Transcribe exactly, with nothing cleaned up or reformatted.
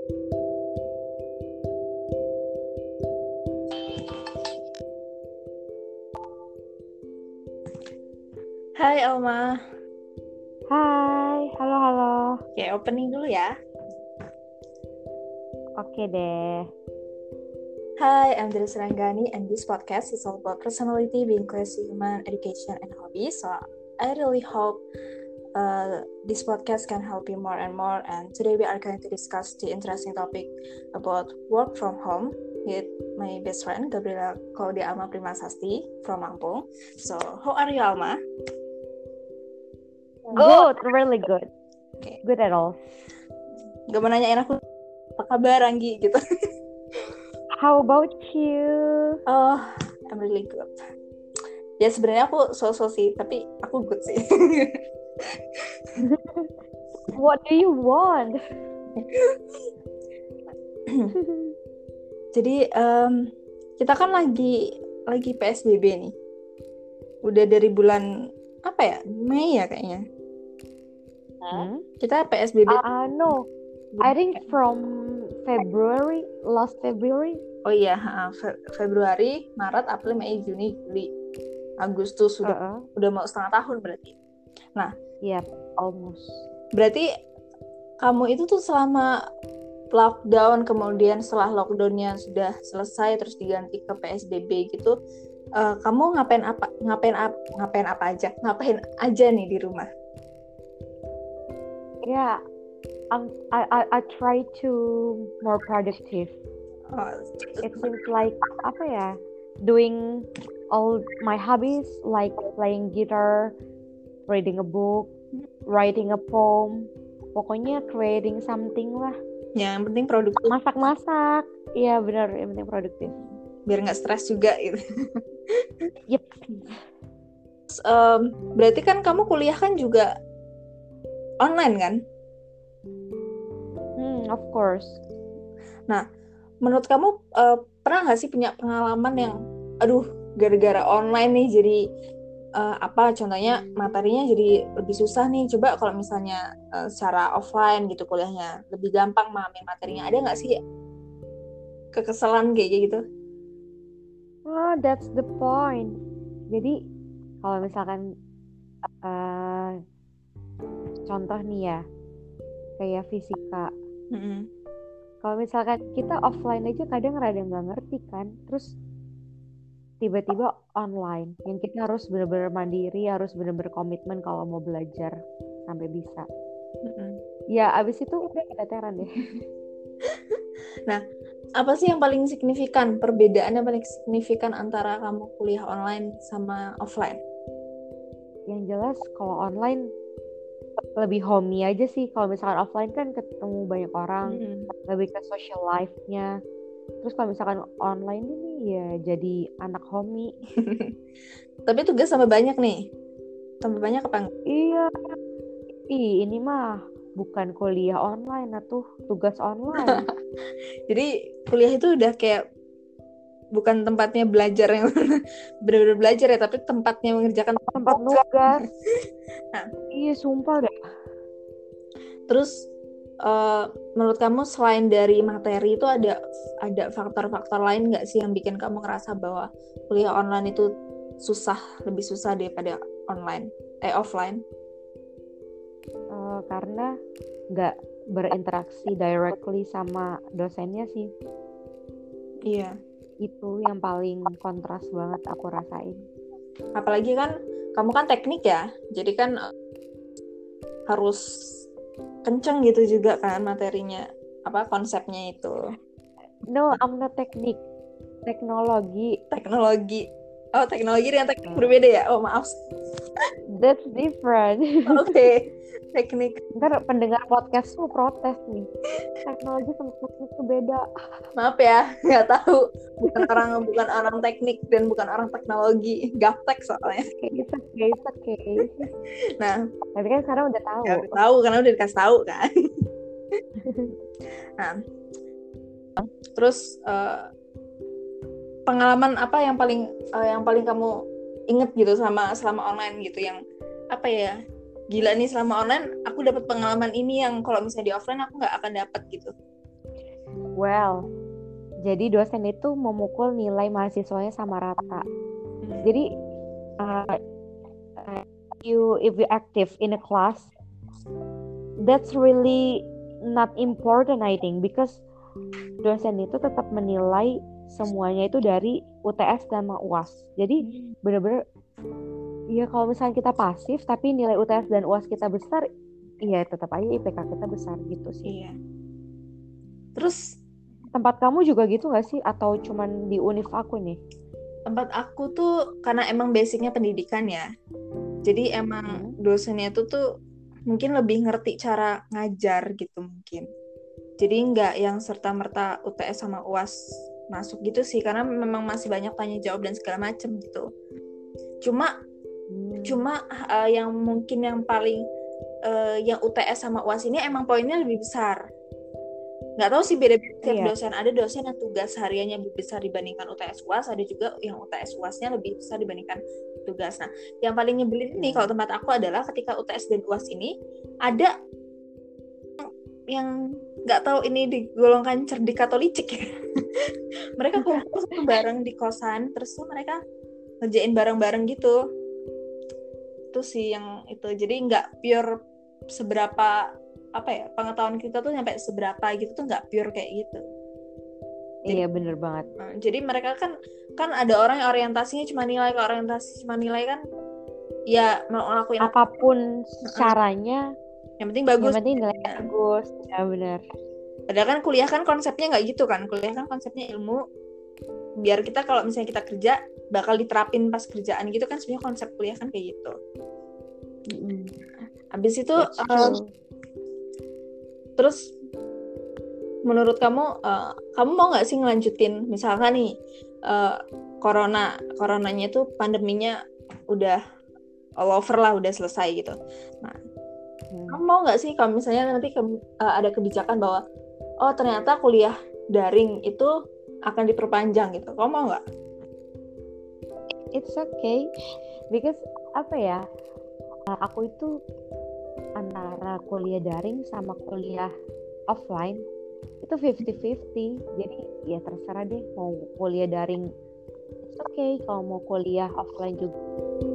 Hai Alma. Hai, halo halo. Oke, opening dulu ya. Oke deh. Hi, I'm Diri Seranggani and this podcast is all about personality, being classy, human, education, and hobbies. So I really hope uh, this podcast can help you more and more. And today we are going to discuss the interesting topic about work from home with my best friend Gabriela Claudia Alma Primasasti from Lampung. So how are you, Alma? Good, really good. Okay. Good at all. Gak mau nanyain aku apa kabar Anggi gitu. How about you? Oh, I'm really good. Ya sebenarnya aku so-so sih, tapi aku good sih. What do you want? Jadi um, kita kan lagi lagi P S B B nih. Udah dari bulan apa ya? Mei ya kayaknya. Hmm? Kita P S B B. Uh, no, I think from February, last February. Oh iya, Fe- Februari, Maret, April, Mei, Juni, Juli, Agustus sudah Uh-uh. udah mau setengah tahun berarti. Nah, Yep, almost. berarti kamu itu tuh selama lockdown, kemudian setelah lockdownnya sudah selesai terus diganti ke P S B B gitu, uh, kamu ngapain apa ngapain apa ngapain apa aja ngapain aja nih di rumah? Yeah, um, I, I I try to more productive. Oh, It seems like apa ya, doing all my hobbies like playing guitar, reading a book, writing a poem, pokoknya creating something lah. ya, yang penting produktif. Masak-masak, iya benar, yang penting produktif. Biar nggak stres juga gitu. Yep. Um, berarti kan kamu kuliah kan juga online kan? Hmm, of course. Nah, menurut kamu uh, pernah nggak sih punya pengalaman yang, aduh, gara-gara online nih jadi uh, apa? Contohnya materinya jadi lebih susah nih. Coba kalau misalnya uh, secara offline gitu kuliahnya lebih gampang memahami materinya. Ada nggak sih kekesalan kayak gitu? Oh, that's the point. Jadi kalau misalkan uh, contoh nih ya, kayak fisika. Mm-hmm. Kalau misalkan kita offline aja kadang rada nggak ngerti kan, terus tiba-tiba online, yang kita harus benar-benar mandiri, harus benar-benar komitmen kalau mau belajar sampai bisa. Mm-hmm. Ya abis itu udah keteteran deh. Nah, apa sih yang paling signifikan, perbedaan yang paling signifikan antara kamu kuliah online sama offline? Yang jelas kalau online lebih homey aja sih. Kalau misalkan offline kan ketemu banyak orang, Mm-hmm. lebih ke social life-nya. Terus kalau misalkan online ini ya jadi anak homey. Tapi tugas tambah banyak nih. Tambah banyak apa enggak? Iya. Ih, ini mah bukan kuliah online atuh, tugas online. Jadi kuliah itu udah kayak bukan tempatnya belajar yang benar-benar belajar ya, tapi tempatnya mengerjakan tempat nugas. Nah, iya sumpah deh. Terus uh, menurut kamu selain dari materi itu ada ada faktor-faktor lain nggak sih yang bikin kamu ngerasa bahwa kuliah online itu susah, lebih susah daripada online eh offline? Uh, karena nggak berinteraksi directly sama dosennya sih. Iya. Itu yang paling kontras banget aku rasain. Apalagi kan kamu kan teknik ya, jadi kan harus kenceng gitu juga kan materinya, apa konsepnya itu. No, I'm not teknik, teknologi. Teknologi. Oh, teknologi dengan teknik berbeda ya? Oh, maaf. That's different. Oke, okay. Teknik. Ntar pendengar podcast tuh protes nih. Teknologi sama teknik tuh beda. Maaf ya, nggak tahu. Bukan orang bukan orang teknik dan bukan orang teknologi. Gaptek soalnya. Kayak gitu, kayak gitu, kayak. Nah, tapi kan sekarang udah tahu. Ya, udah tahu karena udah dikasih tahu kan. Nah, terus uh, pengalaman apa yang paling uh, yang paling kamu inget gitu sama selama online gitu, yang apa ya, gila nih selama online aku dapat pengalaman ini yang kalau misalnya di offline aku nggak akan dapat gitu. Well, jadi dosen itu memukul nilai mahasiswanya sama rata. Hmm. Jadi uh, uh, you if you active in a class, that's really not important I think, because dosen itu tetap menilai semuanya itu dari U T S dan U A S. Jadi benar-benar ya kalau misalnya kita pasif tapi nilai U T S dan U A S kita besar, iya tetap aja I P K kita besar gitu sih. Iya. Terus tempat kamu juga gitu nggak sih, atau cuman di univ aku nih? Tempat aku tuh karena emang basicnya pendidikan ya, jadi emang hmm. dosennya itu tuh mungkin lebih ngerti cara ngajar gitu mungkin. Jadi nggak yang serta-merta U T S sama U A S masuk gitu sih, karena memang masih banyak tanya jawab dan segala macem gitu. Cuma hmm. cuma uh, yang mungkin yang paling uh, yang U T S sama U A S ini emang poinnya lebih besar. Nggak tahu sih beda-beda setiap iya. dosen. Ada dosen yang tugas hariannya lebih besar dibandingkan U T S U A S, ada juga yang U T S U A S-nya lebih besar dibandingkan tugas. Nah, yang paling nyebelin ini kalau tempat aku adalah ketika U T S dan U A S ini ada yang nggak tahu ini digolongkan cerdik atau licik ya. Mereka kumpul satu bareng di kosan, terus tuh mereka ngerjain bareng-bareng gitu. Itu sih yang itu. Jadi nggak pure seberapa apa ya, pengetahuan kita tuh sampai seberapa gitu tuh nggak pure kayak gitu. Jadi, iya bener banget. Uh, jadi mereka kan kan ada orang yang orientasinya cuma nilai, ke orientasi cuma nilai kan, ya ngelakuin apapun uh-uh. caranya, yang penting bagus. Yang penting nilainya ya. Bagus, ya benar. Padahal kan kuliah kan konsepnya nggak gitu kan, kuliah kan konsepnya ilmu. Biar kita kalau misalnya kita kerja bakal diterapin pas kerjaan gitu kan, sebenarnya konsep kuliah kan kayak gitu. Mm-hmm. Habis itu. Terus menurut kamu uh, kamu mau nggak sih ngelanjutin misalkan nih uh, corona coronanya itu pandeminya udah all over lah, udah selesai gitu. Nah, hmm. kamu mau nggak sih kalau misalnya nanti ke, uh, ada kebijakan bahwa oh ternyata kuliah daring itu akan diperpanjang gitu, kamu mau nggak? It's okay because apa ya, uh, aku itu antara kuliah daring sama kuliah offline itu fifty-fifty. Jadi ya terserah deh, mau kuliah daring it's okay, kalau mau kuliah offline juga